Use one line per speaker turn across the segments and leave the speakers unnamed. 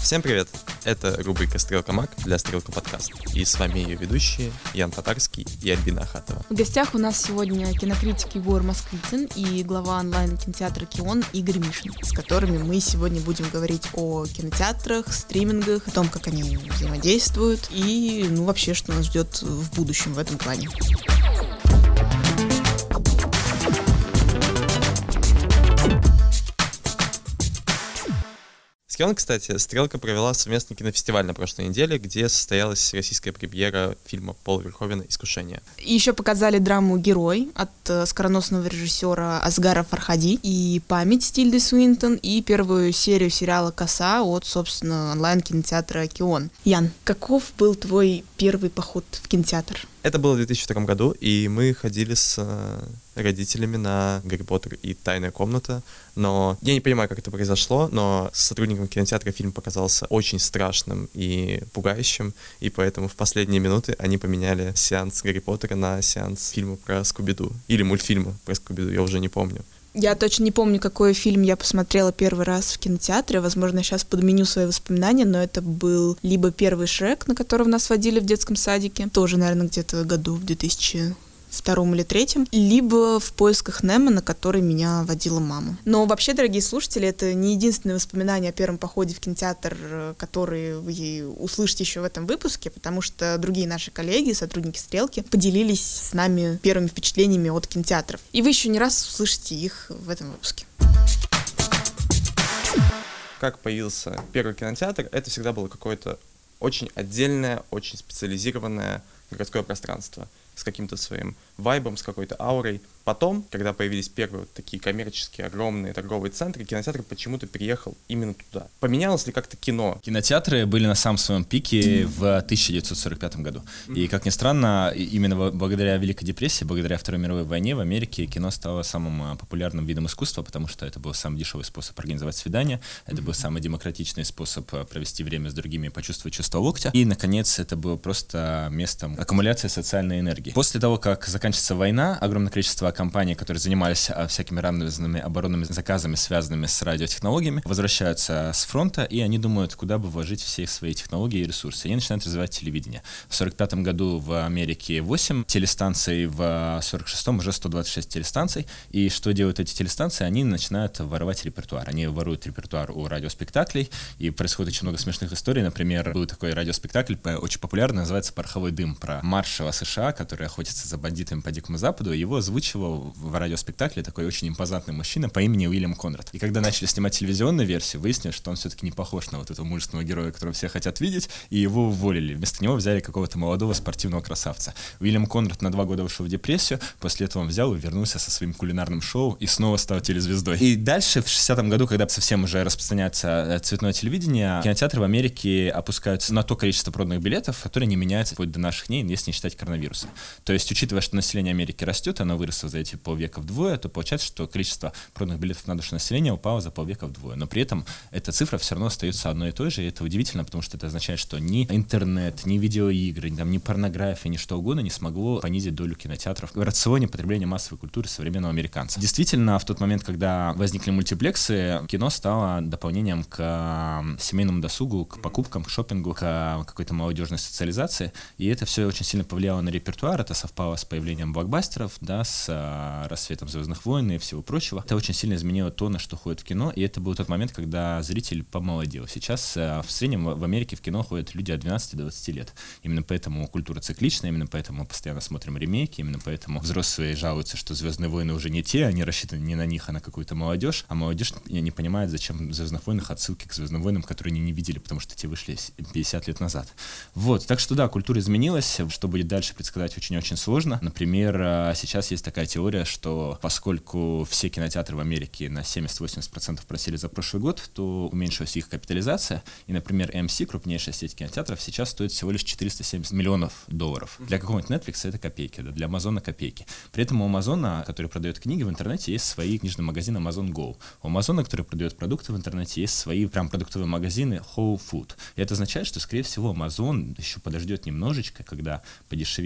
Всем привет! Это рубрика «Стрелка Мак» для «Стрелка Подкаст». И с вами ее ведущие Ян Татарский и Альбина Ахатова.
В гостях у нас сегодня кинокритик Егор Москвитин и глава онлайн-кинотеатра «Кион» Игорь Мишин, с которыми мы сегодня будем говорить о кинотеатрах, стримингах, о том, как они взаимодействуют и, вообще, что нас ждет в будущем в этом плане.
Кион, кстати, «Стрелка» провела совместный кинофестиваль на прошлой неделе, где состоялась российская премьера фильма Пола Верховена «Искушение».
И еще показали драму «Герой» от скороносного режиссера Асгара Фархади, и «Память» Тильды Суинтон, и первую серию сериала «Коса» от, собственно, онлайн-кинотеатра «Кион». Ян, каков был твой первый поход в кинотеатр?
Это было в 2002 году, и мы ходили с родителями на «Гарри Поттер» и «Тайная комната», но я не понимаю, как это произошло, но сотрудникам кинотеатра фильм показался очень страшным и пугающим, и поэтому в последние минуты они поменяли сеанс «Гарри Поттера» на сеанс фильма про Скуби-Ду, или мультфильма про Скуби-Ду, я уже не помню.
Я точно не помню, какой фильм я посмотрела первый раз в кинотеатре. Возможно, я сейчас подменю свои воспоминания, но это был либо первый «Шрек», на которого нас водили в детском садике, тоже, наверное, где-то году в 2002 или 2003, либо «В поисках Немо», на который меня водила мама. Но вообще, дорогие слушатели, это не единственное воспоминание о первом походе в кинотеатр, которые вы услышите еще в этом выпуске, потому что другие наши коллеги, сотрудники «Стрелки», поделились с нами первыми впечатлениями от кинотеатров. И вы еще не раз услышите их в этом выпуске.
Как появился первый кинотеатр, это всегда было какое-то очень отдельное, очень специализированное городское пространство с каким-то своим вайбом, с какой-то аурой. Потом, когда появились первые вот такие коммерческие огромные торговые центры, кинотеатр почему-то переехал именно туда. Поменялось ли как-то кино?
Кинотеатры были на самом своем пике в 1945 году. И, как ни странно, именно благодаря Великой депрессии, благодаря Второй мировой войне в Америке кино стало самым популярным видом искусства, потому что это был самый дешевый способ организовать свидание, это был самый демократичный способ провести время с другими и почувствовать чувство локтя. И, наконец, это было просто местом аккумуляции социальной энергии. После того, как заканчивается война, огромное количество компаний, которые занимались всякими разными оборонными заказами, связанными с радиотехнологиями, возвращаются с фронта, и они думают, куда бы вложить все свои технологии и ресурсы. И они начинают развивать телевидение. В 1945 году в Америке 8 телестанций, в 1946 уже 126 телестанций. И что делают эти телестанции? Они начинают воровать репертуар. Они воруют репертуар у радиоспектаклей, и происходит очень много смешных историй. Например, был такой радиоспектакль, очень популярный, называется «Пороховой дым», про маршала США, который охотится за бандитами по Дикому Западу. Его озвучивал в радиоспектакле такой очень импозантный мужчина по имени Уильям Конрад. И когда начали снимать телевизионную версию, выяснилось, что он все-таки не похож на вот этого мужественного героя, которого все хотят видеть, и его уволили. Вместо него взяли какого-то молодого спортивного красавца. Уильям Конрад на 2 года ушел в депрессию, после этого он взял и вернулся со своим кулинарным шоу и снова стал телезвездой. И дальше, в 60-м году, когда совсем уже распространяется цветное телевидение, кинотеатры в Америке опускаются на то количество проданных билетов, которые не меняются вплоть до наших дней, если не считать коронавируса. То есть, учитывая, что население Америки растет, оно выросло за эти полвека вдвое, то получается, что количество проданных билетов на душу населения упало за полвека вдвое. Но при этом эта цифра все равно остается одной и той же, и это удивительно, потому что это означает, что ни интернет, ни видеоигры, ни порнография, ни что угодно не смогло понизить долю кинотеатров в рационе потребления массовой культуры современного американца. Действительно, в тот момент, когда возникли мультиплексы, кино стало дополнением к семейному досугу, к покупкам, к шопингу, к какой-то молодежной социализации, и это все очень сильно повлияло на репертуар, это совпало с появлением блокбастеров, да, с рассветом «Звездных войн» и всего прочего. Это очень сильно изменило то, на что ходит в кино, и это был тот момент, когда зритель помолодел. Сейчас в среднем в Америке в кино ходят люди от 12 до 20 лет. Именно поэтому культура цикличная, именно поэтому мы постоянно смотрим ремейки, именно поэтому взрослые жалуются, что «Звездные войны» уже не те, они рассчитаны не на них, а на какую-то молодежь, а молодежь не понимает, зачем в «Звездных войнах» отсылки к «Звездным войнам», которые они не видели, потому что те вышли 50 лет назад. Вот, так что да, культура изменилась, что будет дальше предсказать очень-очень сложно. Например, сейчас есть такая теория, что поскольку все кинотеатры в Америке на 70-80% просили за прошлый год, то уменьшилась их капитализация, и, например, AMC, крупнейшая сеть кинотеатров, сейчас стоит всего лишь $470 миллионов. Для какого-нибудь Netflix это копейки, да, для Amazon копейки. При этом у Amazon, который продает книги в интернете, есть свои книжные магазины Amazon Go. У Amazon, который продает продукты в интернете, есть свои прям продуктовые магазины Whole Food. И это означает, что, скорее всего, Amazon еще подождет немножечко, когда подешевеет AMC,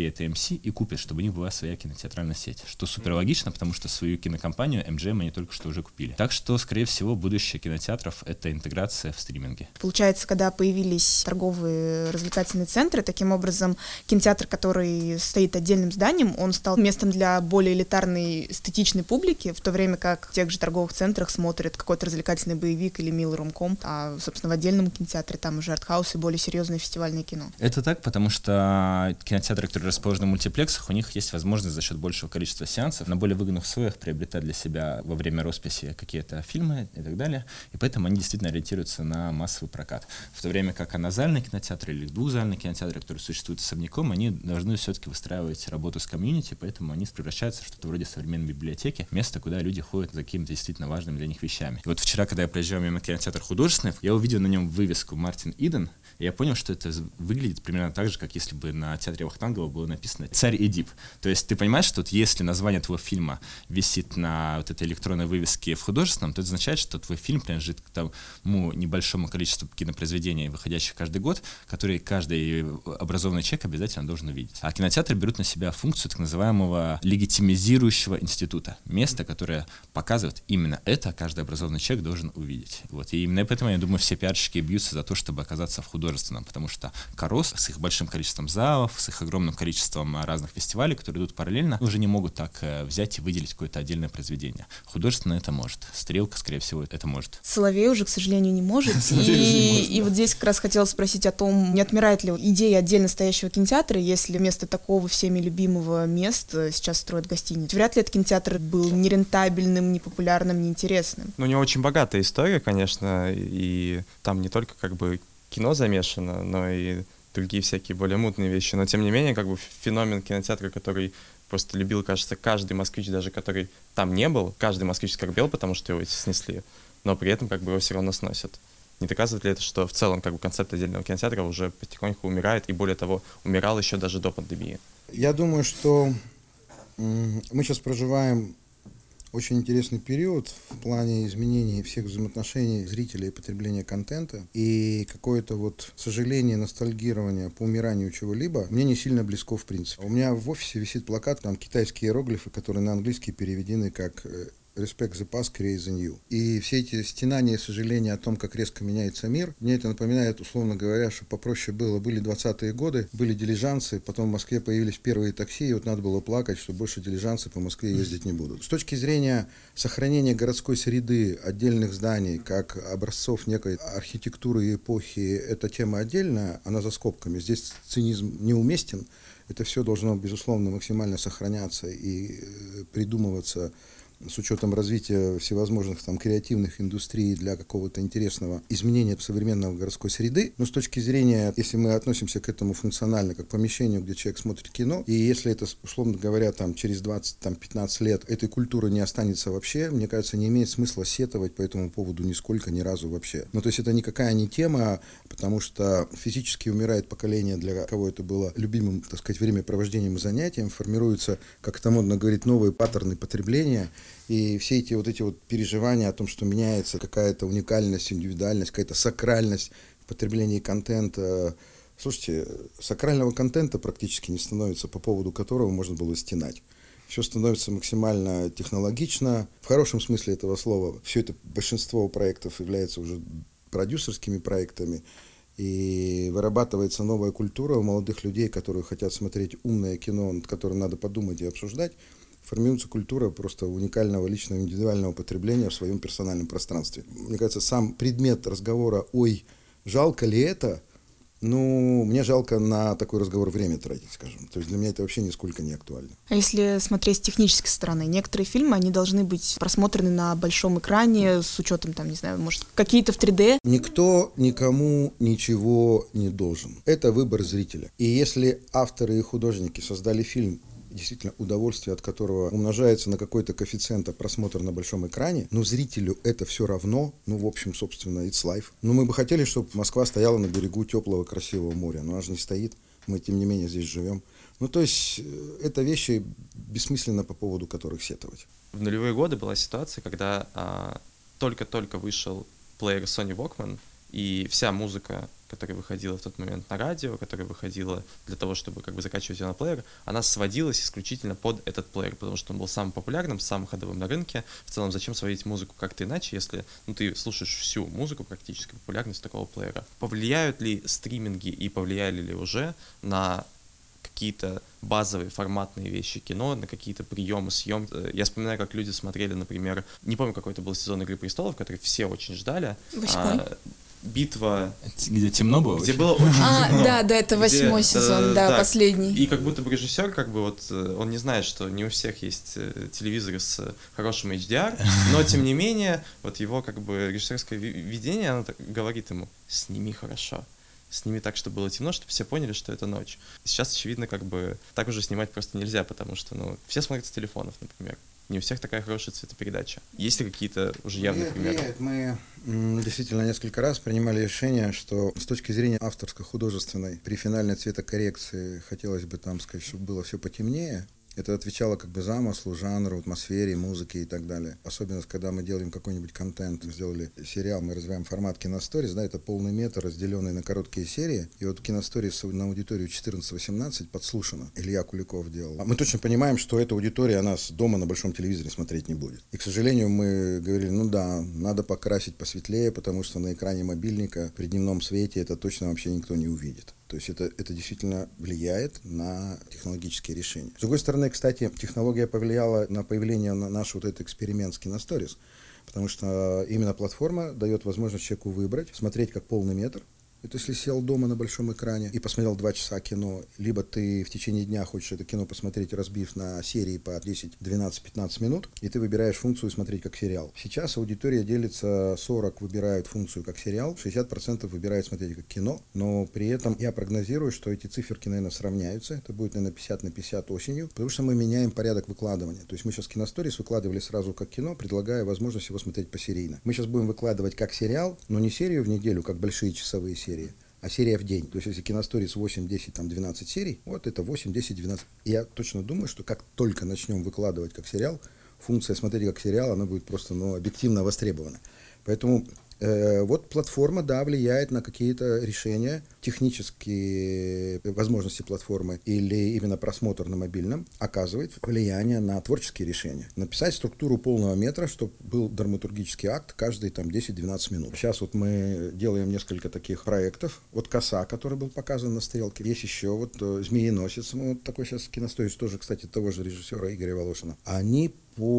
AMC и купят, чтобы у них была своя кинотеатральная сеть. Что супер логично, потому что свою кинокомпанию MGM они только что уже купили. Так что, скорее всего, будущее кинотеатров — это интеграция в стриминге.
Получается, когда появились торговые развлекательные центры, таким образом кинотеатр, который стоит отдельным зданием, он стал местом для более элитарной эстетичной публики, в то время как в тех же торговых центрах смотрят какой-то развлекательный боевик или милый ромком, а, собственно, в отдельном кинотеатре там уже артхаус и более серьезное фестивальное кино.
Это так, потому что кинотеатры, которые расположены в мультиплексах, у них есть возможность за счет большего количества сеансов на более выгодных условиях приобретать для себя во время росписи какие-то фильмы и так далее, и поэтому они действительно ориентируются на массовый прокат. В то время как аназальные кинотеатры или двухзальные кинотеатры, которые существуют особняком, они должны все-таки выстраивать работу с комьюнити, поэтому они превращаются в что-то вроде современной библиотеки, место, куда люди ходят за какими-то действительно важными для них вещами. И вот вчера, когда я проезжал мимо кинотеатра художественных, я увидел на нем вывеску «Мартин Иден», и я понял, что это выглядит примерно так же, как если бы на театре Вахтангова было написано «Царь Эдип». То есть ты понимаешь, что вот если название твоего фильма висит на вот этой электронной вывеске в художественном, то это означает, что твой фильм принадлежит к тому небольшому количеству кинопроизведений, выходящих каждый год, которые каждый образованный человек обязательно должен увидеть. А кинотеатры берут на себя функцию так называемого легитимизирующего института. Место, которое показывает именно это, каждый образованный человек должен увидеть. Вот. И именно поэтому, я думаю, все пиарщики бьются за то, чтобы оказаться в художественном, потому что Карос с их большим количеством залов, с их огромным количеством разных фестивалей, которые идут параллельно, уже не могут так взять и выделить какое-то отдельное произведение. Художественно это может. Стрелка, скорее всего, это может.
Соловей уже, к сожалению, не может. И вот здесь как раз хотела спросить о том, не отмирает ли идея отдельно стоящего кинотеатра, если вместо такого всеми любимого места сейчас строят гостиницу. Вряд ли этот кинотеатр был нерентабельным, непопулярным, неинтересным.
Ну, у него очень богатая история, конечно, и там не только как бы кино замешано, но и другие всякие более мутные вещи. Но, тем не менее, как бы феномен кинотеатра, который просто любил, кажется, каждый москвич, даже который там не был, каждый москвич скорбел, потому что его эти снесли, но при этом как бы его все равно сносят. Не доказывает ли это, что в целом как бы концепт отдельного кинотеатра уже потихоньку умирает, и более того, умирал еще даже до пандемии?
Я думаю, что мы сейчас проживаем очень интересный период в плане изменений всех взаимоотношений зрителя и потребления контента. И какое-то вот сожаление, ностальгирование по умиранию чего-либо мне не сильно близко в принципе. У меня в офисе висит плакат, там китайские иероглифы, которые на английский переведены как «Respect the past, create the new». И все эти стенания и сожаления о том, как резко меняется мир, мне это напоминает, условно говоря, что попроще было. Были 20-е годы, были дилижансы, потом в Москве появились первые такси, и вот надо было плакать, что больше дилижансы по Москве ездить не будут. С точки зрения сохранения городской среды, отдельных зданий, как образцов некой архитектуры и эпохи, эта тема отдельная, она за скобками. Здесь цинизм неуместен. Это все должно, безусловно, максимально сохраняться и придумываться с учетом развития всевозможных там креативных индустрий для какого-то интересного изменения современной городской среды. Но с точки зрения, если мы относимся к этому функционально, как к помещению, где человек смотрит кино, и если это, условно говоря, там, через 20-15 лет этой культуры не останется вообще, мне кажется, не имеет смысла сетовать по этому поводу нисколько, ни разу вообще. Ну, то есть это никакая не тема, потому что физически умирает поколение, для кого это было любимым, так сказать, времяпровождением и занятием, формируются, как это модно говорить, новые паттерны потребления. И все эти вот переживания о том, что меняется какая-то уникальность, индивидуальность, какая-то сакральность в потреблении контента. Слушайте, сакрального контента практически не становится, по поводу которого можно было стенать. Все становится максимально технологично, в хорошем смысле этого слова. Все это, большинство проектов является уже продюсерскими проектами. И вырабатывается новая культура у молодых людей, которые хотят смотреть умное кино, над которым надо подумать и обсуждать. Формируется культура просто уникального личного индивидуального потребления в своем персональном пространстве. Мне кажется, сам предмет разговора «Ой, жалко ли это?» Ну, мне жалко на такой разговор время тратить, скажем. То есть для меня это вообще нисколько не актуально.
А если смотреть с технической стороны, некоторые фильмы, они должны быть просмотрены на большом экране с учетом, там, не знаю, может, какие-то в 3D.
Никто никому ничего не должен. Это выбор зрителя. И если авторы и художники создали фильм, действительно удовольствие от которого умножается на какой-то коэффициент просмотра на большом экране, но зрителю это все равно, ну, в общем, собственно, it's life. Но мы бы хотели, чтобы Москва стояла на берегу теплого, красивого моря, но она же не стоит, мы, тем не менее, здесь живем. Ну, то есть, это вещи бессмысленно по поводу которых сетовать.
В нулевые годы была ситуация, когда только-только вышел плеер Sony Walkman, и вся музыка, которая выходила в тот момент на радио, которая выходила для того, чтобы как бы закачивать ее на плеер, она сводилась исключительно под этот плеер, потому что он был самым популярным, самым ходовым на рынке. В целом, зачем сводить музыку как-то иначе, если ты слушаешь всю музыку, практически популярность такого плеера? Повлияют ли стриминги и повлияли ли уже на какие-то базовые форматные вещи кино, на какие-то приемы съемки? Я вспоминаю, как люди смотрели, например, не помню, какой это был сезон «Игры престолов», который все очень ждали.
8-й.
Битва...
Где темно было?
Где было очень темно.
Да, это 8-й сезон, да, последний.
И как будто бы режиссер, как бы вот, он не знает, что не у всех есть телевизоры с хорошим HDR, но тем не менее, вот его как бы режиссерское видение, оно говорит ему: сними хорошо. Сними так, чтобы было темно, чтобы все поняли, что это ночь. Сейчас, очевидно, как бы так уже снимать просто нельзя, потому что, все смотрят с телефонов, например. Не у всех такая хорошая цветопередача. Есть ли какие-то уже явные примеры?
Мы действительно несколько раз принимали решение, что с точки зрения авторско-художественной при финальной цветокоррекции хотелось бы там сказать, чтобы было все потемнее. Это отвечало как бы замыслу, жанру, атмосфере, музыке и так далее. Особенно, когда мы делаем какой-нибудь контент, мы сделали сериал, мы развиваем формат киносторис, это полный метр, разделенный на короткие серии. И вот киносторис на аудиторию 14-18 подслушано. Илья Куликов делал. Мы точно понимаем, что эта аудитория нас дома на большом телевизоре смотреть не будет. И, к сожалению, мы говорили, надо покрасить посветлее, потому что на экране мобильника при дневном свете это точно вообще никто не увидит. То есть это действительно влияет на технологические решения. С другой стороны, кстати, технология повлияла на появление на наш вот этот эксперимент с киносторис, потому что именно платформа дает возможность человеку выбрать, смотреть как полный метр. Это если сел дома на большом экране и посмотрел 2 часа кино, либо ты в течение дня хочешь это кино посмотреть, разбив на серии по 10, 12, 15 минут, и ты выбираешь функцию смотреть как сериал. Сейчас аудитория делится: 40 выбирают функцию как сериал, 60% выбирают смотреть как кино, но при этом я прогнозирую, что эти циферки, наверное, сравняются. Это будет, наверное, 50/50 осенью, потому что мы меняем порядок выкладывания. То есть мы сейчас киносторис выкладывали сразу как кино, предлагая возможность его смотреть посерийно. Мы сейчас будем выкладывать как сериал, но не серию в неделю, как большие часовые серии, а серия в день. То есть, если киносторис 8, 10, 12 серий, вот это 8, 10, 12. И я точно думаю, что как только начнем выкладывать как сериал, функция смотреть как сериал, она будет просто объективно востребована. Поэтому вот платформа, влияет на какие-то решения, технические возможности платформы или именно просмотр на мобильном оказывает влияние на творческие решения. Написать структуру полного метра, чтобы был драматургический акт каждые 10-12 минут. Сейчас вот мы делаем несколько таких проектов. Вот «Коса», который был показан на стрелке. Есть еще «Змееносец». Такой сейчас киносторис тоже, кстати, того же режиссера Игоря Волошина. Они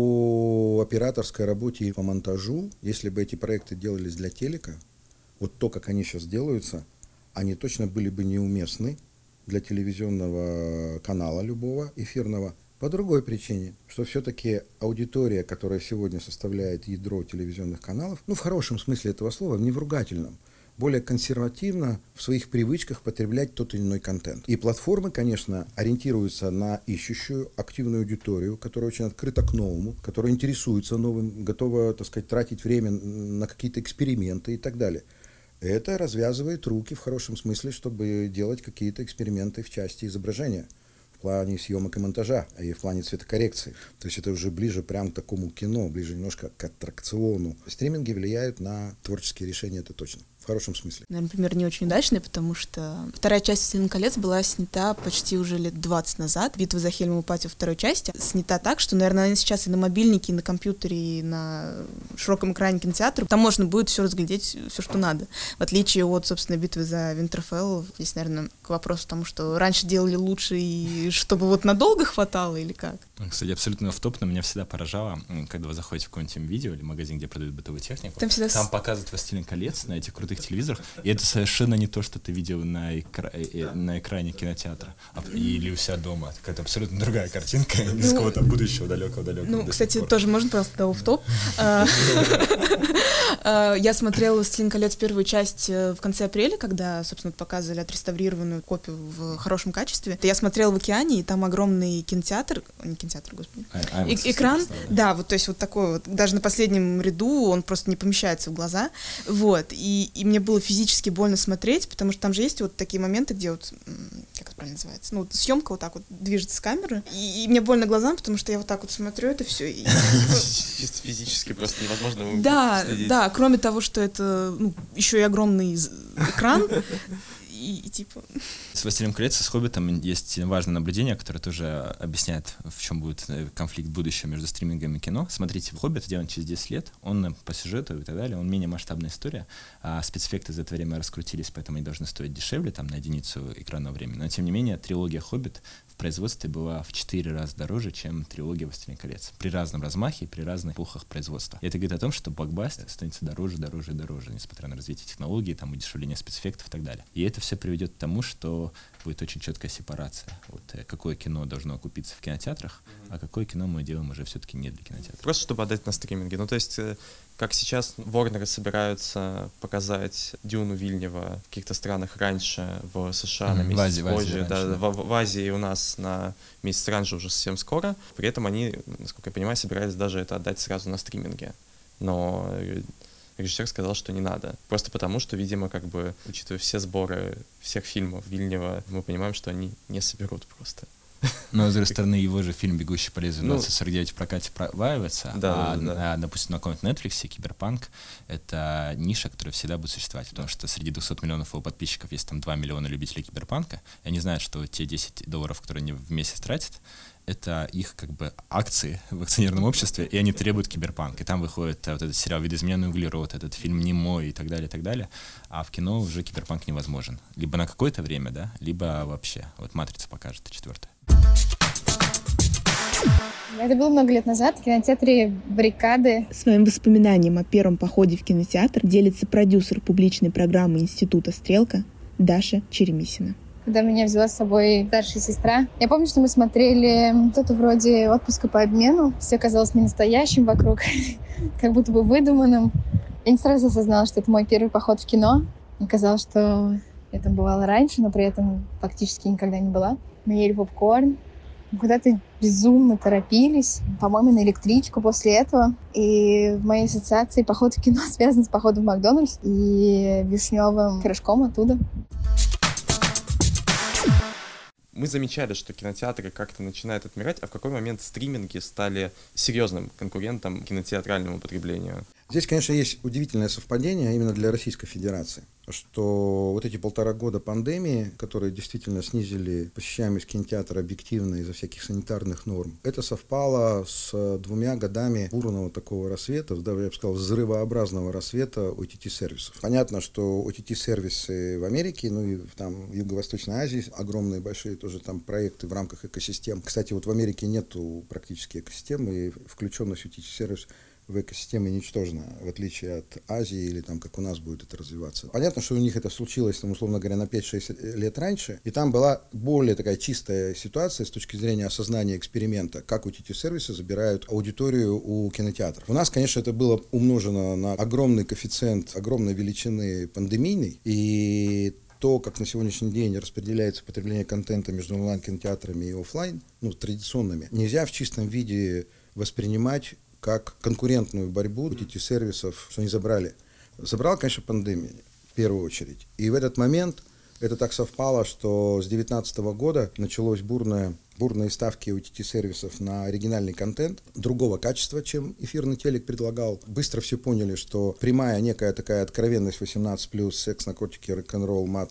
по операторской работе и по монтажу, если бы эти проекты делались для телека, вот то, как они сейчас делаются, они точно были бы неуместны для телевизионного канала любого эфирного. По другой причине, что все-таки аудитория, которая сегодня составляет ядро телевизионных каналов, в хорошем смысле этого слова, не в ругательном, более консервативно в своих привычках потреблять тот или иной контент. И платформы, конечно, ориентируются на ищущую активную аудиторию, которая очень открыта к новому, которая интересуется новым, готова, тратить время на какие-то эксперименты и так далее. Это развязывает руки в хорошем смысле, чтобы делать какие-то эксперименты в части изображения, в плане съемок и монтажа, и в плане цветокоррекции. То есть это уже ближе прям к такому кино, ближе немножко к аттракциону. Стриминги влияют на творческие решения, это точно. В хорошем смысле.
Например, не очень удачный, потому что вторая часть «Властелин колец» была снята почти уже лет 20 назад. «Битва за Хельмову пати» второй части снята так, что, наверное, она сейчас и на мобильнике, и на компьютере, и на широком экране кинотеатра. Там можно будет все разглядеть, все, что надо. В отличие от, собственно, «Битвы за Винтерфелл», здесь, наверное, к вопросу тому, что раньше делали лучше, и чтобы надолго хватало, или как?
Кстати, абсолютно офф-топ, но меня всегда поражало, когда вы заходите в какое-нибудь видео или магазин, где продают бытовую технику, там показывают «Властелин колец» на этих крутых телевизорах, и это совершенно не то, что ты видел на экране кинотеатра или у себя дома. Какая-то абсолютно другая картинка из какого-то будущего далекого-далекого.
Кстати, тоже можно, пожалуйста, офф-топ? Я смотрела «Властелин колец» первую часть в конце апреля, когда, собственно, показывали отреставрированную копию в хорошем качестве. Я смотрела в океане, и там огромный кинотеатр, не кинотеатр, господи.
Экран,
да, вот, то есть вот такой вот, даже на последнем ряду он просто не помещается в глаза, вот, и мне было физически больно смотреть, потому что там же есть вот такие моменты, где вот, как это правильно называется, ну, вот съемка вот так вот движется с камеры, и мне больно глазам, потому что я вот так вот смотрю это все.
Чисто физически просто невозможно следить.
Да, кроме того, что это еще и огромный экран, и типа...
С «Властелином колец» и с «Хоббитом» есть важное наблюдение, которое тоже объясняет, в чем будет конфликт будущего между стримингом и кино. Смотрите, «Хоббит» сделан через 10 лет, он по сюжету и так далее, он менее масштабная история, а спецэффекты за это время раскрутились, поэтому они должны стоить дешевле, там, на единицу экранного времени. Но, тем не менее, трилогия «Хоббит» в производстве была в 4 раза дороже, чем трилогия «Властелин колец». При разном размахе, при разных эпохах производства. И это говорит о том, что блокбастер становится дороже, дороже и дороже, несмотря на развитие технологий, там, удешевление спецэффектов и так далее. И это все приведет к тому, что будет очень четкая сепарация. Вот какое кино должно окупиться в кинотеатрах, а какое кино мы делаем уже все-таки не для кинотеатров.
Просто чтобы отдать на стриминге. Ну, то есть, как сейчас Warner собираются показать Дюну Вильнева в каких-то странах раньше, в США на месяц позже, в Азии у нас на месяц раньше уже совсем скоро. При этом они, насколько я понимаю, собирались даже это отдать сразу на стриминге. Но режиссер сказал, что не надо. Просто потому, что, видимо, как бы, учитывая все сборы всех фильмов Вильнева, мы понимаем, что они не соберут просто.
Но, с другой стороны, его же фильм «Бегущий по лезвию 2049» в прокате проваливается, допустим, на каком-нибудь Netflix «Киберпанк» — это ниша, которая всегда будет существовать, потому что среди 200 миллионов его подписчиков есть там 2 миллиона любителей киберпанка, и они знают, что те $10, которые они в месяц тратят, это их как бы акции в акционерном обществе, и они требуют киберпанк. И там выходит вот этот сериал «Видоизмененный углерод», этот фильм «Немой» и так далее, и так далее. А в кино уже киберпанк невозможен. Либо на какое-то время, да, либо вообще. Вот «Матрица» покажет, 4-я.
Это было много лет назад в кинотеатре «Баррикады».
Своим воспоминанием о первом походе в кинотеатр делится продюсер публичной программы Института «Стрелка» Даша Черемисина.
Когда меня взяла с собой старшая сестра. Я помню, что мы смотрели что-то вроде «Отпуска по обмену». Все казалось ненастоящим вокруг, как будто бы выдуманным. Я не сразу осознала, что это мой первый поход в кино. Мне казалось, что я там бывала раньше, но при этом фактически никогда не была. Мы ели попкорн, куда-то безумно торопились, по-моему, на электричку после этого. И в моей ассоциации поход в кино связан с походом в Макдональдс и вишневым пирожком оттуда.
Мы замечали, что кинотеатры как-то начинают отмирать, а в какой момент стриминги стали серьезным конкурентом кинотеатральному потреблению?
Здесь, конечно, есть удивительное совпадение именно для Российской Федерации, что вот эти 1,5 года пандемии, которые действительно снизили посещаемость кинотеатра объективно из-за всяких санитарных норм, это совпало с 2 годами бурного такого рассвета, даже, я бы сказал, взрывообразного рассвета OTT-сервисов. Понятно, что OTT-сервисы в Америке, ну и там в Юго-Восточной Азии огромные, большие тоже там проекты в рамках экосистем. Кстати, вот в Америке нету практически экосистемы, и включенность OTT-сервисов в экосистеме ничтожна, в отличие от Азии или там, как у нас будет это развиваться. Понятно, что у них это случилось, там, условно говоря, на 5-6 лет раньше, и там была более такая чистая ситуация с точки зрения осознания эксперимента, как OTT-сервисы забирают аудиторию у кинотеатров. У нас, конечно, это было умножено на огромный коэффициент, огромной величины пандемийный, и то, как на сегодняшний день распределяется потребление контента между онлайн-кинотеатрами и офлайн, традиционными, нельзя в чистом виде воспринимать как конкурентную борьбу этих сервисов, что они забрали. Забрала, конечно, пандемия в первую очередь. И в этот момент это так совпало, что с 2019 года началось бурные ставки OTT-сервисов на оригинальный контент другого качества, чем эфирный телек предлагал. Быстро все поняли, что прямая некая такая откровенность 18+, секс, наркотики, рок-н-ролл, мат,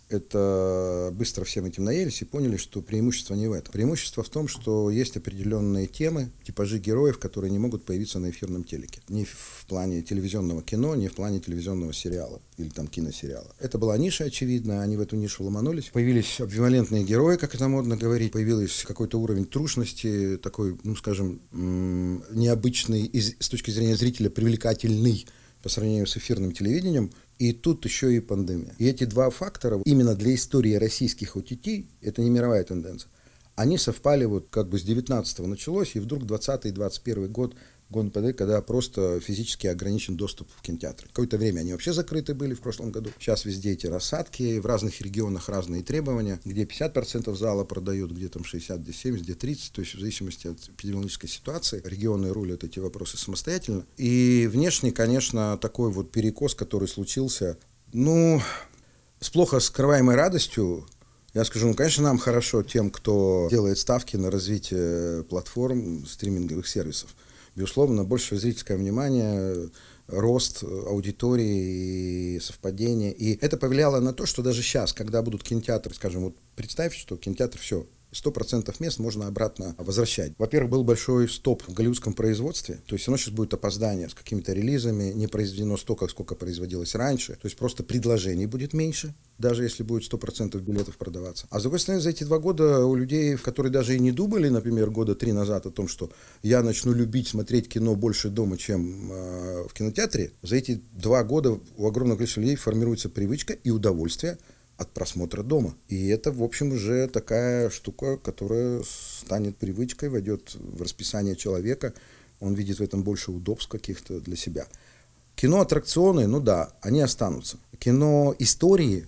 это быстро всем этим наелись и поняли, что преимущество не в этом. Преимущество в том, что есть определенные темы, типажи героев, которые не могут появиться на эфирном телеке. Ни в плане телевизионного кино, ни в плане телевизионного сериала или там киносериала. Это была ниша, очевидно, они в эту нишу ломанулись. Появились амбивалентные герои, как это модно говорить, появился какой-то уровень трушности, такой, скажем, необычный, с точки зрения зрителя, привлекательный по сравнению с эфирным телевидением. И тут еще и пандемия. И эти 2 фактора именно для истории российских OTT, это не мировая тенденция, они совпали вот как бы с 19-го началось, и вдруг 20-й, 21-й год, когда просто физически ограничен доступ в кинотеатры. Какое-то время они вообще закрыты были в прошлом году. Сейчас везде эти рассадки, в разных регионах разные требования, где 50% зала продают, где там 60, где 70, где 30, то есть в зависимости от эпидемиологической ситуации. Регионы рулят эти вопросы самостоятельно. И внешне, конечно, такой вот перекос, который случился, с плохо скрываемой радостью. Я скажу, конечно, нам хорошо тем, кто делает ставки на развитие платформ стриминговых сервисов. Безусловно, большее зрительское внимание, рост аудитории и совпадение. И это повлияло на то, что даже сейчас, когда будут кинотеатры, скажем, вот представь, что кинотеатр все, 100% мест можно обратно возвращать. Во-первых, был большой стоп в голливудском производстве, то есть оно сейчас будет опоздание с какими-то релизами, не произведено столько, сколько производилось раньше, то есть просто предложений будет меньше, даже если будет 100% билетов продаваться. А с другой стороны, за эти 2 года у людей, которые даже и не думали, например, года 3 назад о том, что я начну любить смотреть кино больше дома, чем в кинотеатре, за эти 2 года у огромного количества людей формируется привычка и удовольствие от просмотра дома. И это, в общем, уже такая штука, которая станет привычкой, войдет в расписание человека, он видит в этом больше удобств каких-то для себя. Кино-аттракционы, они останутся. Кино-истории,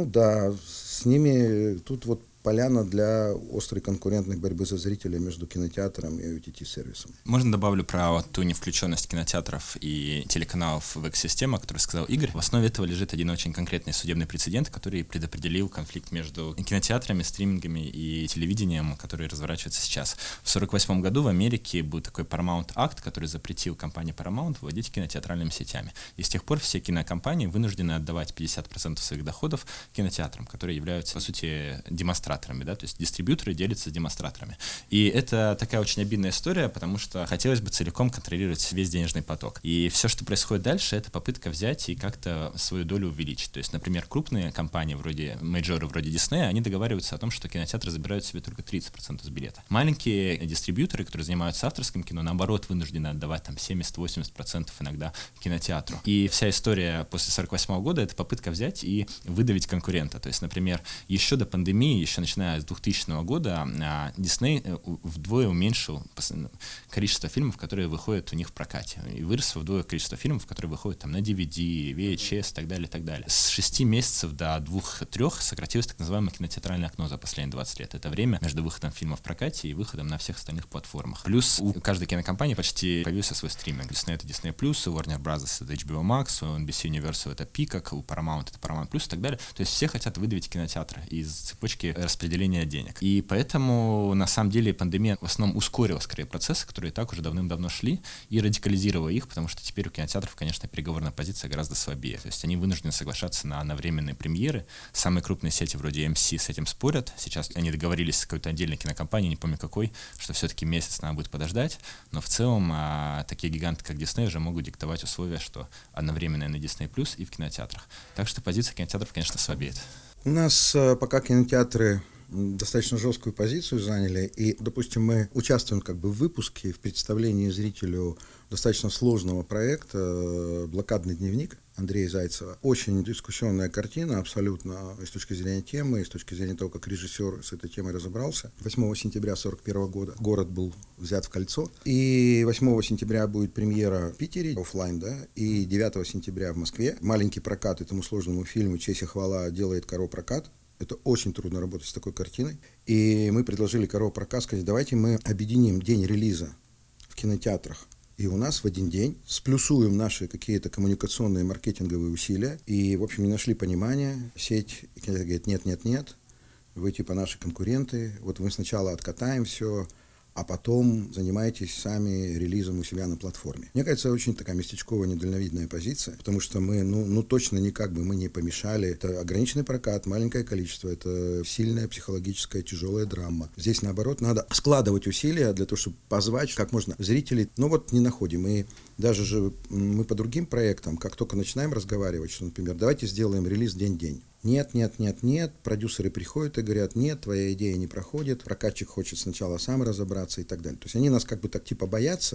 с ними тут вот поляна для острой конкурентной борьбы за зрителя между кинотеатром и OTT-сервисом.
Можно добавлю про ту невключенность кинотеатров и телеканалов в экосистему, о которой сказал Игорь. В основе этого лежит один очень конкретный судебный прецедент, который предопределил конфликт между кинотеатрами, стримингами и телевидением, который разворачивается сейчас. В 1948 году в Америке был такой Paramount Act, который запретил компании Paramount владеть кинотеатральными сетями. И с тех пор все кинокомпании вынуждены отдавать 50% своих доходов кинотеатрам, которые являются, по сути, демонстраторами. Да, то есть дистрибьюторы делятся с демонстраторами. И это такая очень обидная история, потому что хотелось бы целиком контролировать весь денежный поток. И все, что происходит дальше, это попытка взять и как-то свою долю увеличить. То есть, например, крупные компании, мейджоры вроде Disney, они договариваются о том, что кинотеатры забирают себе только 30% с билета. Маленькие дистрибьюторы, которые занимаются авторским кино, наоборот, вынуждены отдавать там 70-80% иногда кинотеатру. И вся история после 1948 года — это попытка взять и выдавить конкурента. То есть, например, еще до пандемии, еще начиная с 2000 года, Disney вдвое уменьшил количество фильмов, которые выходят у них в прокате. И выросло вдвое количество фильмов, которые выходят там на DVD, VHS и так далее, и так далее. С 6 месяцев до 2-3 сократилось так называемое кинотеатральное окно за последние 20 лет. Это время между выходом фильма в прокате и выходом на всех остальных платформах. Плюс у каждой кинокомпании почти появился свой стриминг. Disney — это Disney+, у Warner Bros. Это HBO Max, у NBC Universal это Peacock, у Paramount это Paramount+, и так далее. То есть все хотят выдавить кинотеатры из цепочки распределения денег. И поэтому, на самом деле, пандемия в основном ускорила, скорее, процессы, которые и так уже давным-давно шли, и радикализировала их, потому что теперь у кинотеатров, конечно, переговорная позиция гораздо слабее. То есть они вынуждены соглашаться на одновременные премьеры. Самые крупные сети вроде AMC с этим спорят. Сейчас они договорились с какой-то отдельной кинокомпанией, не помню какой, что все-таки месяц надо будет подождать. Но в целом такие гиганты, как Disney, уже могут диктовать условия, что одновременно на Disney Plus и в кинотеатрах. Так что позиция кинотеатров, конечно, слабеет.
У нас пока кинотеатры достаточно жесткую позицию заняли, и, допустим, мы участвуем как бы в выпуске, в представлении зрителю достаточно сложного проекта «Блокадный дневник» Андрея Зайцева. Очень дискуссионная картина, абсолютно, и с точки зрения темы, и с точки зрения того, как режиссер с этой темой разобрался. 8 сентября 1941 года город был взят в кольцо, и 8 сентября будет премьера в Питере, офлайн, да, и 9 сентября в Москве. Маленький прокат этому сложному фильму, честь и хвала, делает Каро Прокат. Это очень трудно работать с такой картиной. И мы предложили Каро Прокат сказать, давайте мы объединим день релиза в кинотеатрах. И у нас в один день сплюсуем наши какие-то коммуникационные маркетинговые усилия. И, в общем, не нашли понимания. Сеть говорит, нет, вы типа наши конкуренты. Вот мы сначала откатаем все, а потом занимаетесь сами релизом у себя на платформе. Мне кажется, очень такая местечковая, недальновидная позиция, потому что мы, точно никак бы мы не помешали. Это ограниченный прокат, маленькое количество, это сильная психологическая тяжелая драма. Здесь, наоборот, надо складывать усилия для того, чтобы позвать как можно зрителей. Не находим. И даже же мы по другим проектам, как только начинаем разговаривать, что, например, давайте сделаем релиз день-день. Нет, продюсеры приходят и говорят, нет, твоя идея не проходит, прокатчик хочет сначала сам разобраться и так далее. То есть они нас как бы так типа боятся,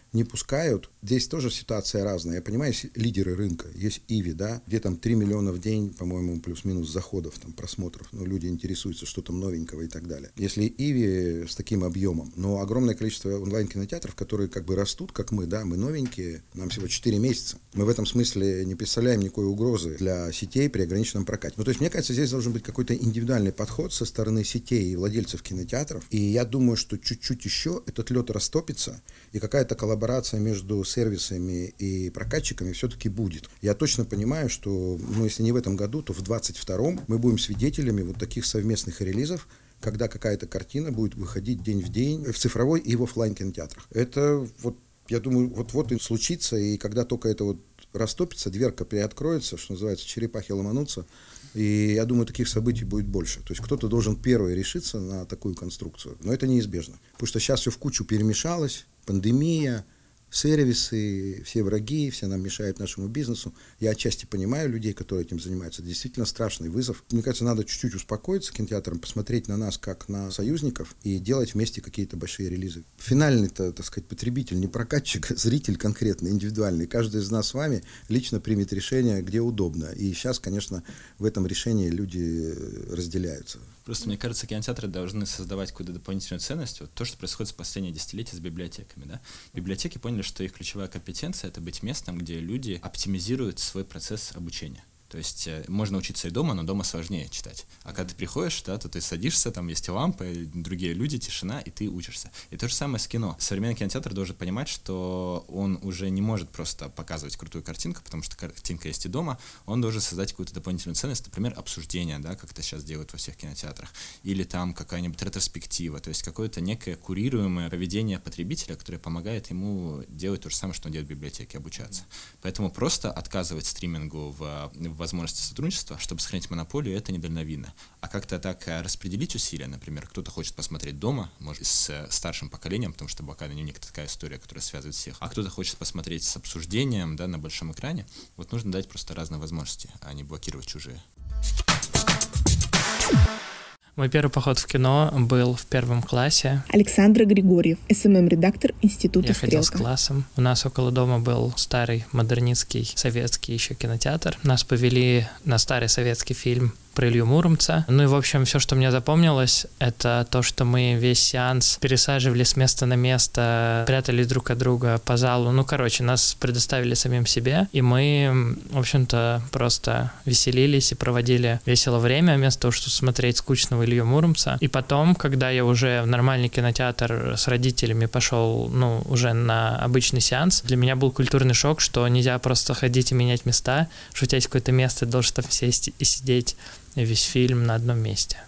не пускают. Здесь тоже ситуация разная. Я понимаю, есть лидеры рынка. Есть Иви, да, где там 3 миллиона в день, по-моему, плюс-минус заходов, там, просмотров. Ну, люди интересуются, что там новенького и так далее. Если Иви с таким объемом, но огромное количество онлайн-кинотеатров, которые как бы растут, как мы, да, мы новенькие, нам всего 4 месяца. Мы в этом смысле не представляем никакой угрозы для сетей при ограниченном прокате. Ну, то есть, мне кажется, здесь должен быть какой-то индивидуальный подход со стороны сетей и владельцев кинотеатров. И я думаю, что чуть-чуть еще этот лед растопится, и какая-то коллаборация между сервисами и прокатчиками все-таки будет. Я точно понимаю, что, ну, если не в этом году, то в 2022 мы будем свидетелями вот таких совместных релизов, когда какая-то картина будет выходить день в день в цифровой и в офлайн кинотеатрах. Это вот, я думаю, вот-вот и случится, и когда только это вот растопится, дверка приоткроется, что называется, черепахи ломанутся, и я думаю, таких событий будет больше. То есть кто-то должен первый решиться на такую конструкцию, но это неизбежно, потому что сейчас все в кучу перемешалось, пандемия, сервисы, все враги, все нам мешают нашему бизнесу. Я отчасти понимаю людей, которые этим занимаются. Это действительно страшный вызов. Мне кажется, надо чуть-чуть успокоиться кинотеатрам, посмотреть на нас как на союзников и делать вместе какие-то большие релизы. Финальный-то, так сказать, потребитель, не прокатчик, а зритель конкретный, индивидуальный. Каждый из нас с вами лично примет решение, где удобно. И сейчас, конечно, в этом решении люди разделяются.
Просто, мне кажется, кинотеатры должны создавать какую-то дополнительную ценность. Вот то, что происходит в последние десятилетия с библиотеками. Да? Библиотеки поняли, что их ключевая компетенция — это быть местом, где люди оптимизируют свой процесс обучения. То есть можно учиться и дома, но дома сложнее читать. А когда ты приходишь, да, то ты садишься, там есть лампы, другие люди, тишина, и ты учишься. И то же самое с кино. Современный кинотеатр должен понимать, что он уже не может просто показывать крутую картинку, потому что картинка есть и дома. Он должен создать какую-то дополнительную ценность, например, обсуждение, да, как это сейчас делают во всех кинотеатрах. Или там какая-нибудь ретроспектива, то есть какое-то некое курируемое поведение потребителя, которое помогает ему делать то же самое, что он делает в библиотеке, обучаться. Поэтому просто отказывать стримингу в возможности сотрудничества, чтобы сохранить монополию, это недальновидно. А как-то так распределить усилия, например, кто-то хочет посмотреть дома, может, с старшим поколением, потому что «Блокадный дневник» — это такая история, которая связывает всех, а кто-то хочет посмотреть с обсуждением, да, на большом экране. Вот нужно дать просто разные возможности, а не блокировать чужие.
Мой первый поход в кино был в 1 классе.
Александр Григорьев, СММ-редактор Института «Стрелка».
Я ходил с классом. У нас около дома был старый модернистский советский еще кинотеатр. Нас повели на старый советский фильм про Илью Муромца. Ну и, в общем, все, что мне запомнилось, это то, что мы весь сеанс пересаживали с места на место, прятались друг от друга по залу. Ну, короче, нас предоставили самим себе, и мы, в общем-то, просто веселились и проводили весело время, вместо того, чтобы смотреть скучного Илью Муромца. И потом, когда я уже в нормальный кинотеатр с родителями пошел, ну, уже на обычный сеанс, для меня был культурный шок, что нельзя просто ходить и менять места, что у тебя есть какое-то место, ты должен там сесть и сидеть весь фильм на одном месте.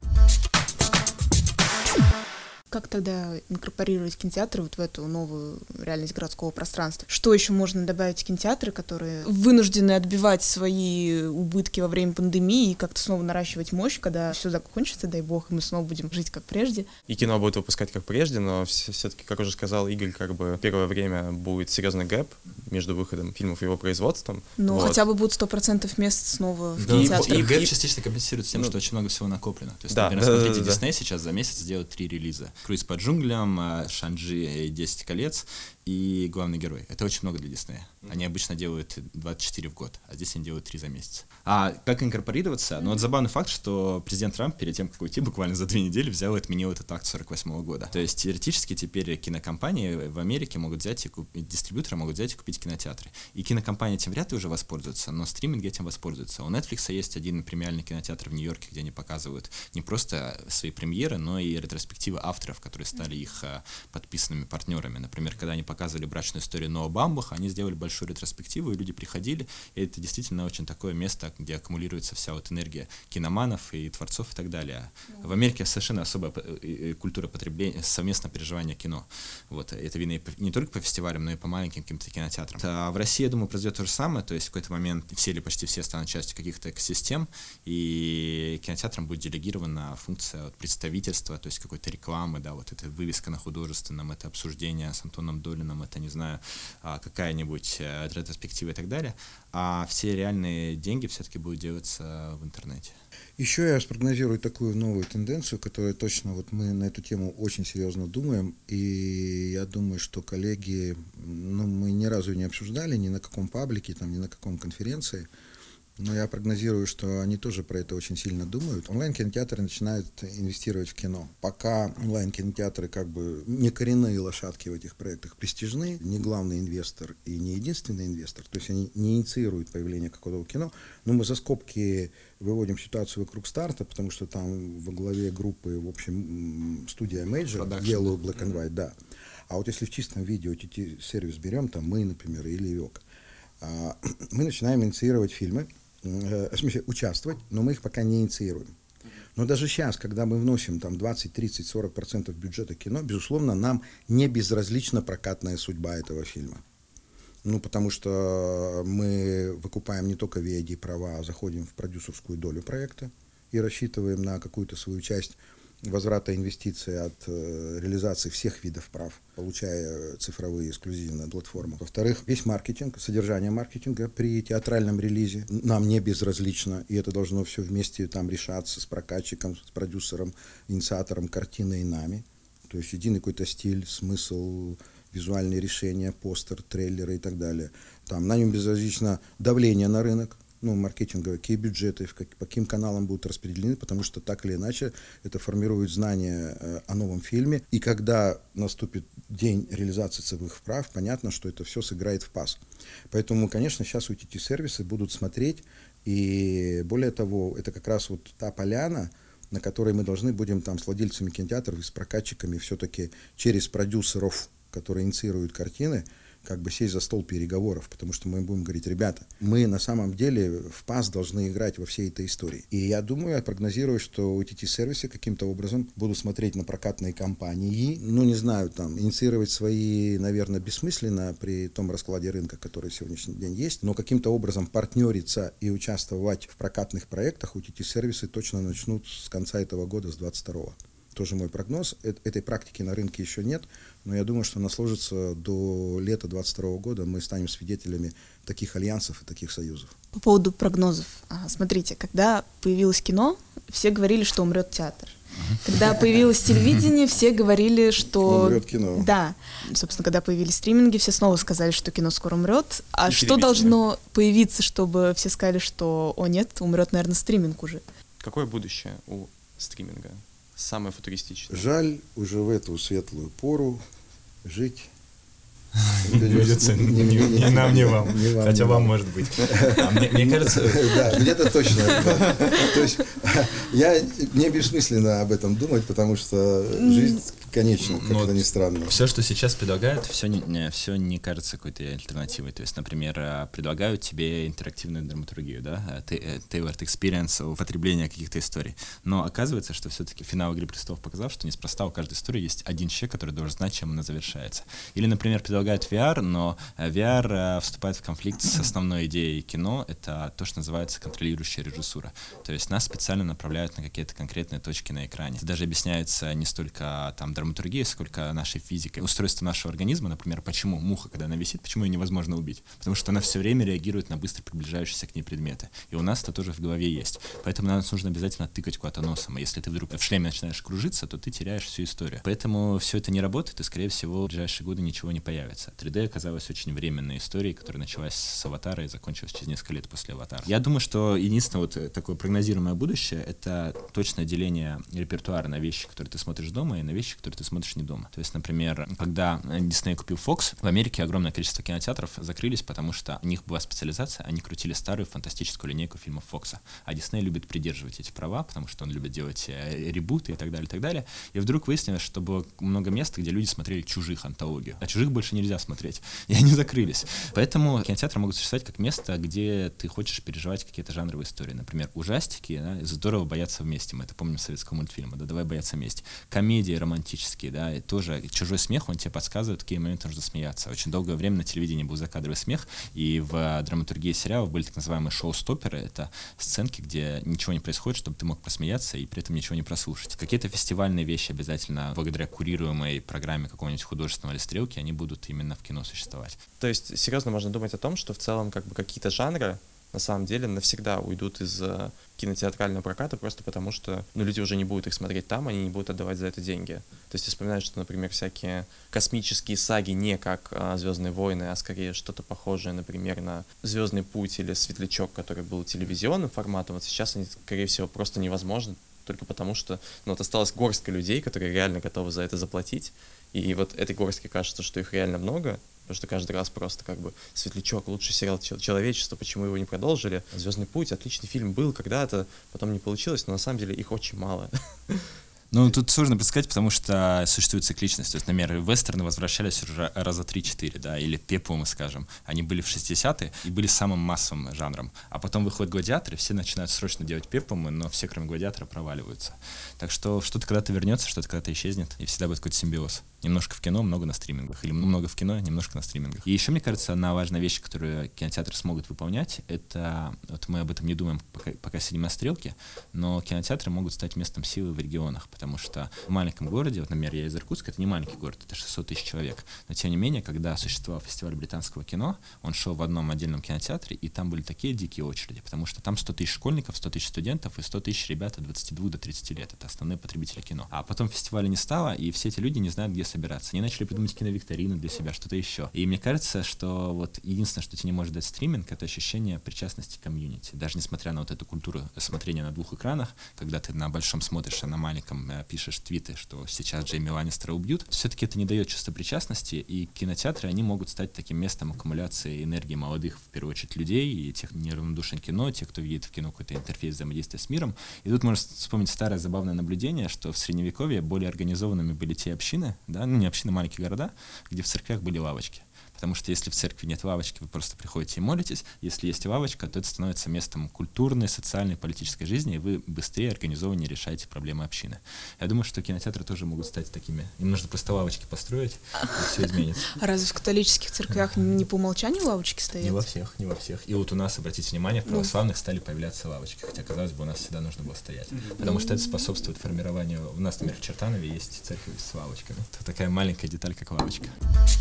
Как тогда инкорпорировать кинотеатры вот в эту новую реальность городского пространства? Что еще можно добавить в кинотеатры, которые вынуждены отбивать свои убытки во время пандемии и как-то снова наращивать мощь, когда все закончится, дай бог, и мы снова будем жить как прежде?
И кино будет выпускать как прежде, но все-таки, как уже сказал Игорь, как бы первое время будет серьезный гэп между выходом фильмов и его производством.
Но
вот.
Хотя бы будет 100% мест снова в
Да,
кинотеатрах.
и гэп частично компенсируется тем, что очень много всего накоплено. То есть,
Да,
например, смотрите, Дисней сейчас за месяц сделает 3 релиза. «Круиз по джунглям», «Шанджи» и «10 колец» и «Главный герой». Это очень много для Диснея. Они обычно делают 24 в год, а здесь они делают 3 за месяц. А как инкорпорироваться? Ну вот забавный факт, что президент Трамп перед тем, как уйти, буквально за 2 недели взял и отменил этот акт 48 года. То есть теоретически теперь кинокомпании в Америке могут взять и купить, дистрибьюторы могут взять и купить кинотеатры. И кинокомпании этим вряд ли уже воспользуются, но стриминги этим воспользуются. У Netflix есть один премиальный кинотеатр в Нью-Йорке, где они показывают не просто свои премьеры, но и ретроспективы авторов, которые стали их подписанными партнерами. Например, когда они показывали «Брачную историю» Ноа Бамбаха, они сделали большую ретроспективу, и люди приходили, и это действительно очень такое место, где аккумулируется вся вот энергия киноманов и творцов и так далее. В Америке совершенно особая культура потребления, совместное переживание кино. Вот. Это видно не только по фестивалям, но и по маленьким каким-то кинотеатрам. А в России, я думаю, произойдет то же самое, то есть в какой-то момент все или почти все станут частью каких-то экосистем, и кинотеатрам будет делегирована функция вот представительства, то есть какой-то рекламы, фильмы, да, вот это вывеска на художественном, это обсуждение с Антоном Долиным, это, не знаю, какая-нибудь ретроспектива и так далее, а все реальные деньги все-таки будут делаться в интернете.
Еще я спрогнозирую такую новую тенденцию, которая точно, вот мы на эту тему очень серьезно думаем, и я думаю, что коллеги, мы ни разу не обсуждали ни на каком паблике, там, ни на каком конференции, но я прогнозирую, что они тоже про это очень сильно думают. Онлайн-кинотеатры начинают инвестировать в кино. Пока онлайн-кинотеатры как бы не коренные лошадки в этих проектах престижны, не главный инвестор и не единственный инвестор, то есть они не инициируют появление какого-то кино, но мы за скобки выводим ситуацию вокруг старта, потому что там во главе группы, в общем, студия Major, Yellow, Black and White, да. А вот если в чистом виде OTT-сервис берем, там мы, например, или ИОК, мы начинаем инициировать фильмы, в смысле участвовать, но мы их пока не инициируем. Но даже сейчас, когда мы вносим там 20, 30, 40% бюджета кино, безусловно, нам не безразлична прокатная судьба этого фильма. Потому что мы выкупаем не только VOD-права, а заходим в продюсерскую долю проекта и рассчитываем на какую-то свою часть возврата инвестиций от реализации всех видов прав, получая цифровые эксклюзивные платформы. Во-вторых, весь маркетинг, содержание маркетинга при театральном релизе нам не безразлично, и это должно все вместе там решаться с прокатчиком, с продюсером, инициатором картины и нами. То есть единый какой-то стиль, смысл, визуальные решения, постер, трейлеры и так далее. Там нам не безразлично давление на рынок, маркетинговые, какие бюджеты, по каким каналам будут распределены, потому что так или иначе это формирует знание о новом фильме. И когда наступит день реализации цифровых прав, понятно, что это все сыграет в пас. Поэтому, конечно, сейчас OTT-сервисы будут смотреть, и более того, это как раз вот та поляна, на которой мы должны будем там с владельцами кинотеатров и с прокатчиками все-таки через продюсеров, которые инициируют картины, как бы сесть за стол переговоров, потому что мы будем говорить: ребята, мы на самом деле в пас должны играть во всей этой истории. И я прогнозирую, что OTT-сервисы каким-то образом будут смотреть на прокатные компании, не знаю, там, инициировать свои, наверное, бессмысленно при том раскладе рынка, который в сегодняшний день есть, но каким-то образом партнериться и участвовать в прокатных проектах OTT-сервисы точно начнут с конца этого года, с 22-го. Тоже мой прогноз. Этой практики на рынке еще нет, но я думаю, что она сложится до лета 2022 года. Мы станем свидетелями таких альянсов и таких союзов.
По поводу прогнозов. Смотрите, когда появилось кино, все говорили, что умрет театр. Когда появилось телевидение, все говорили, что...
Умрет кино.
Да. Собственно, когда появились стриминги, все снова сказали, что кино скоро умрет. А
и
что должно появиться, чтобы все сказали, что, нет, умрет, наверное, стриминг уже?
Какое будущее у стриминга? Самое футуристичное.
Жаль, уже в эту светлую пору жить
Придется не нам, не вам. Хотя вам, может быть. Мне кажется...
Да, где-то точно. То есть мне бессмысленно об этом думать, потому что жизнь конечна, как это ни странно.
Все, что сейчас предлагают, все не кажется какой-то альтернативой. То есть, например, предлагают тебе интерактивную драматургию, да, tailored experience, употребление каких-то историй. Но оказывается, что все-таки финал «Игры престолов» показал, что неспроста у каждой истории есть один человек, который должен знать, чем она завершается. Или, например, предлагают VR, но VR вступает в конфликт с основной идеей кино. Это то, что называется контролирующая режиссура. То есть нас специально направляют на какие-то конкретные точки на экране. Это даже объясняется не столько там драматургией, сколько нашей физикой. Устройство нашего организма, например, почему муха, когда она висит, почему ее невозможно убить? Потому что она все время реагирует на быстро приближающиеся к ней предметы. И у нас это тоже в голове есть. Поэтому нам нужно обязательно тыкать куда-то носом. И если ты вдруг в шлеме начинаешь кружиться, то ты теряешь всю историю. Поэтому все это не работает, и, скорее всего, в ближайшие годы ничего не появится. 3D оказалась очень временной историей, которая началась с «Аватара» и закончилась через несколько лет после «Аватара». Я думаю, что единственное вот такое прогнозируемое будущее — это точное деление репертуара на вещи, которые ты смотришь дома, и на вещи, которые ты смотришь не дома. То есть, например, когда Disney купил Fox, в Америке огромное количество кинотеатров закрылись, потому что у них была специализация, они крутили старую фантастическую линейку фильмов Fox. А Disney любит придерживать эти права, потому что он любит делать ребуты и так далее, и так далее. И вдруг выяснилось, что было много мест, где люди смотрели «Чужих» антологию. А «Чужих» больше нельзя смотреть. И они закрылись. Поэтому кинотеатры могут существовать как место, где ты хочешь переживать какие-то жанровые истории. Например, ужастики, да, здорово бояться вместе. Мы это помним из советского мультфильма, да, давай бояться вместе. Комедии романтические, да, и тоже чужой смех, он тебе подсказывает, в какие моменты нужно смеяться. Очень долгое время на телевидении был закадровый смех, и в драматургии сериалов были так называемые шоу-стопперы. Это сценки, где ничего не происходит, чтобы ты мог посмеяться и при этом ничего не прослушать. Какие-то фестивальные вещи обязательно, благодаря курируемой программе какого-нибудь художественного или стрелки, они будут именно в кино существовать.
То есть, серьезно можно думать о том, что в целом как бы какие-то жанры на самом деле навсегда уйдут из кинотеатрального проката просто потому, что люди уже не будут их смотреть там, они не будут отдавать за это деньги. То есть я вспоминаю, что, например, всякие космические саги не как «Звездные войны», а скорее что-то похожее, например, на «Звездный путь» или «Светлячок», который был телевизионным форматом. Вот сейчас они, скорее всего, просто невозможны, только потому что вот осталась горстка людей, которые реально готовы за это заплатить. И вот этой горстке кажется, что их реально много, потому что каждый раз просто как бы «Светлячок» — лучший сериал человечества, почему его не продолжили? «Звездный путь» — отличный фильм был когда-то, потом не получилось, но на самом деле их очень мало.
Ну, тут сложно предсказать, потому что существует цикличность. То есть, например, вестерны возвращались уже раза 3-4, да, или пеплумы, скажем. Они были в 60-е и были самым массовым жанром. А потом выходят гладиаторы, все начинают срочно делать пеплумы, но все, кроме гладиатора, проваливаются. Так что что-то когда-то вернется, что-то когда-то исчезнет, и всегда будет какой-то симбиоз. Немножко в кино, много на стримингах. Или много в кино, немножко на стримингах. И еще, мне кажется, одна важная вещь, которую кинотеатры смогут выполнять, это, вот мы об этом не думаем, пока сидим на стрелке, но кинотеатры могут стать местом силы в регионах, потому что в маленьком городе, вот, например, я из Иркутска, это не маленький город, это 600 тысяч человек, но тем не менее, когда существовал фестиваль британского кино, он шел в одном отдельном кинотеатре, и там были такие дикие очереди, потому что там 100 тысяч школьников, 100 тысяч студентов и 100 тысяч ребят от 22 до 30 лет, это основные потребители кино. А потом фестиваля не стало, и все эти люди не знают, где собираться. Они начали придумать киновикторину для себя, что-то еще. И мне кажется, что вот единственное, что тебе не может дать стриминг, это ощущение причастности к комьюнити. Даже несмотря на вот эту культуру смотрения на двух экранах, когда ты на большом смотришь, а на маленьком пишешь твиты, что сейчас Джейми Ланнистера убьют, все-таки это не дает чувства причастности, и кинотеатры, они могут стать таким местом аккумуляции энергии молодых, в первую очередь, людей, и тех неравнодушен кино, тех, кто видит в кино какой-то интерфейс взаимодействия с миром. И тут можно вспомнить старое забавное наблюдение, что в Средневековье более организованными были те общины, да, ну не общины, маленькие города, где в церквях были лавочки. Потому что если в церкви нет лавочки, вы просто приходите и молитесь. Если есть лавочка, то это становится местом культурной, социальной, политической жизни, и вы быстрее, организованнее решаете проблемы общины. Я думаю, что кинотеатры тоже могут стать такими. Им нужно просто лавочки построить, и все изменится.
А разве в католических церквях не по умолчанию лавочки стоят?
Не во всех, не во всех. И вот у нас, обратите внимание, в православных стали появляться лавочки, хотя, казалось бы, у нас всегда нужно было стоять. Потому что это способствует формированию... У нас, например, в Чертанове есть церковь с лавочками. Это такая маленькая деталь, как лавочка.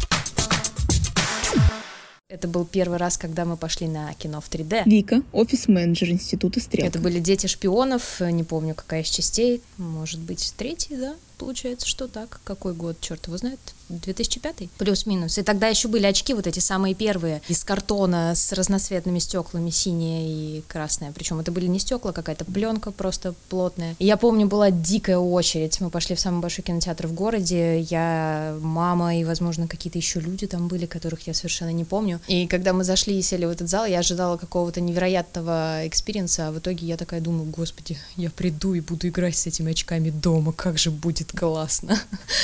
Это был первый раз, когда мы пошли на кино в 3D.
Вика, офис-менеджер Института Стрелка.
Это были «Дети шпионов», не помню, какая из частей, может быть, 3-й, да? Получается, что так. Какой год, черт его знает? 2005? Плюс-минус. И тогда еще были очки, вот эти самые первые, из картона с разноцветными стеклами, синее и красное. Причем это были не стекла, какая-то пленка просто плотная. И я помню, была дикая очередь. Мы пошли в самый большой кинотеатр в городе. Я, мама и, возможно, какие-то еще люди там были, которых я совершенно не помню. И когда мы зашли и сели в этот зал, я ожидала какого-то невероятного экспириенса, а в итоге я такая думаю, господи, я приду и буду играть с этими очками дома, как же будет классно.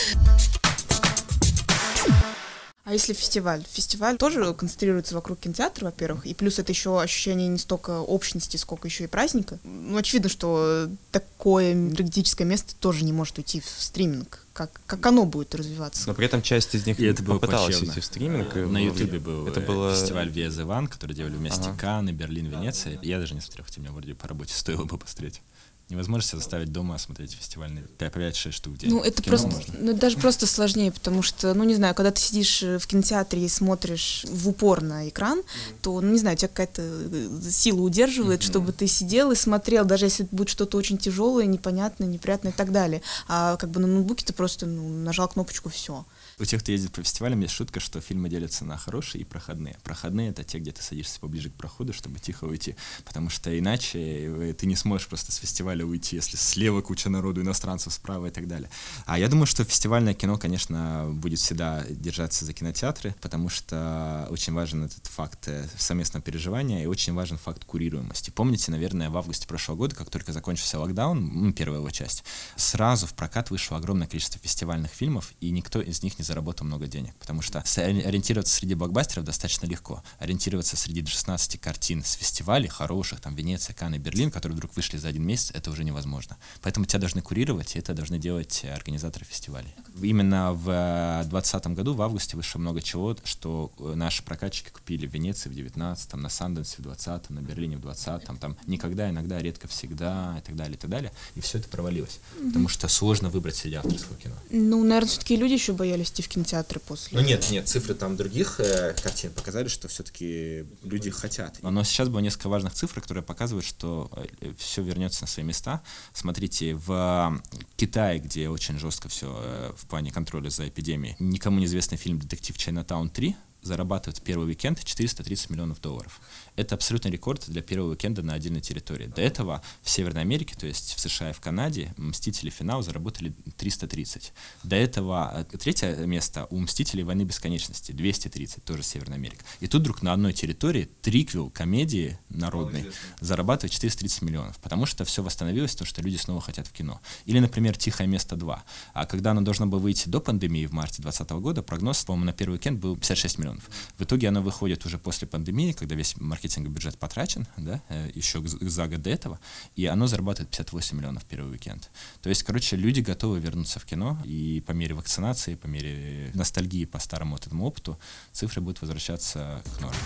А если фестиваль? Фестиваль тоже концентрируется вокруг кинотеатра, во-первых, и плюс это еще ощущение не столько общности, сколько еще и праздника. Ну, очевидно, что такое энергетическое место тоже не может уйти в стриминг. Как оно будет развиваться?
Но при этом часть из них
и это было
попыталась
плачевно.
уйти в стриминг.
На Ютубе был
было...
фестиваль Via the One, который делали вместе Канны, Берлин, Венеция. Я даже не смотрел, хотя мне вроде по работе стоило бы посмотреть. Невозможно себя заставить дома смотреть фестивальные 5-6 штук в день.
Ну, это просто, даже просто сложнее, потому что, ну, не знаю, когда ты сидишь в кинотеатре и смотришь в упор на экран, то, ну, не знаю, тебя какая-то сила удерживает, чтобы ты сидел и смотрел, даже если будет что-то очень тяжелое, непонятное, неприятное и так далее. А как бы на ноутбуке ты просто нажал кнопочку, все.
У тех, кто ездит по фестивалям, есть шутка, что фильмы делятся на хорошие и проходные. Проходные — это те, где ты садишься поближе к проходу, чтобы тихо уйти, потому что иначе ты не сможешь просто с фестиваля уйти, если слева куча народу, иностранцев справа и так далее. А я думаю, что фестивальное кино, конечно, будет всегда держаться за кинотеатры, потому что очень важен этот факт совместного переживания и очень важен факт курируемости. Помните, наверное, в августе прошлого года, как только закончился локдаун, первая его часть, сразу в прокат вышло огромное количество фестивальных фильмов, и никто из них не не заработал много денег, потому что ориентироваться среди блокбастеров достаточно легко. Ориентироваться среди 16 картин с фестивалей хороших, там Венеция, Канн и Берлин, которые вдруг вышли за один месяц, это уже невозможно. Поэтому тебя должны курировать, и это должны делать организаторы фестивалей. Именно в 2020 году, в августе, вышло много чего, что наши прокатчики купили в Венеции в 19-м, на Санденсе в 20-м, на Берлине в 20-м, там никогда, иногда, редко, всегда, и так далее, и так далее. И все это провалилось, потому что сложно выбрать среди авторского кино.
Ну, наверное, все-таки люди еще боялись идти в кинотеатры после.
Ну нет, цифры там других картин показали, что все-таки люди хотят. Но сейчас было несколько важных цифр, которые показывают, что все вернется на свои места. Смотрите, в Китае, где очень жестко все в плане контроля за эпидемией, никому неизвестный фильм «Детектив Чайнатаун 3» зарабатывает в первый уикенд $430 миллионов. Это абсолютный рекорд для первого уикенда на отдельной территории. До этого в Северной Америке, то есть в США и в Канаде, «Мстители. Финал» заработали 330. До этого третье место у «Мстителей. Войны бесконечности» 230, тоже Северная Америка. И тут вдруг на одной территории триквел комедии народной зарабатывает 430 миллионов, потому что все восстановилось, то, что люди снова хотят в кино. Или, например, «Тихое место 2». А когда оно должно было выйти до пандемии в марте 2020 года, прогноз, по-моему, на первый уикенд был 56 миллионов. В итоге оно выходит уже после пандемии, когда весь маркетинговый бюджет потрачен, да, еще за год до этого, и оно зарабатывает 58 миллионов в первый уикенд. То есть, короче, люди готовы вернуться в кино, и по мере вакцинации, по мере ностальгии по старому вот этому опыту, цифры будут возвращаться к норме.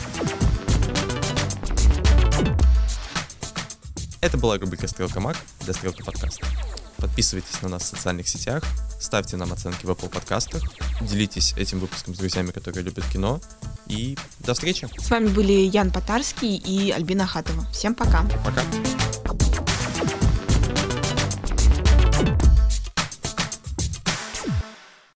Это была рубрика «Стрелка Мак» для «Стрелки подкаста». Подписывайтесь на нас в социальных сетях, ставьте нам оценки в Apple подкастах, делитесь этим выпуском с друзьями, которые любят кино, и до встречи!
С вами были Ян Потарский и Альбина Ахатова. Всем пока!
Пока!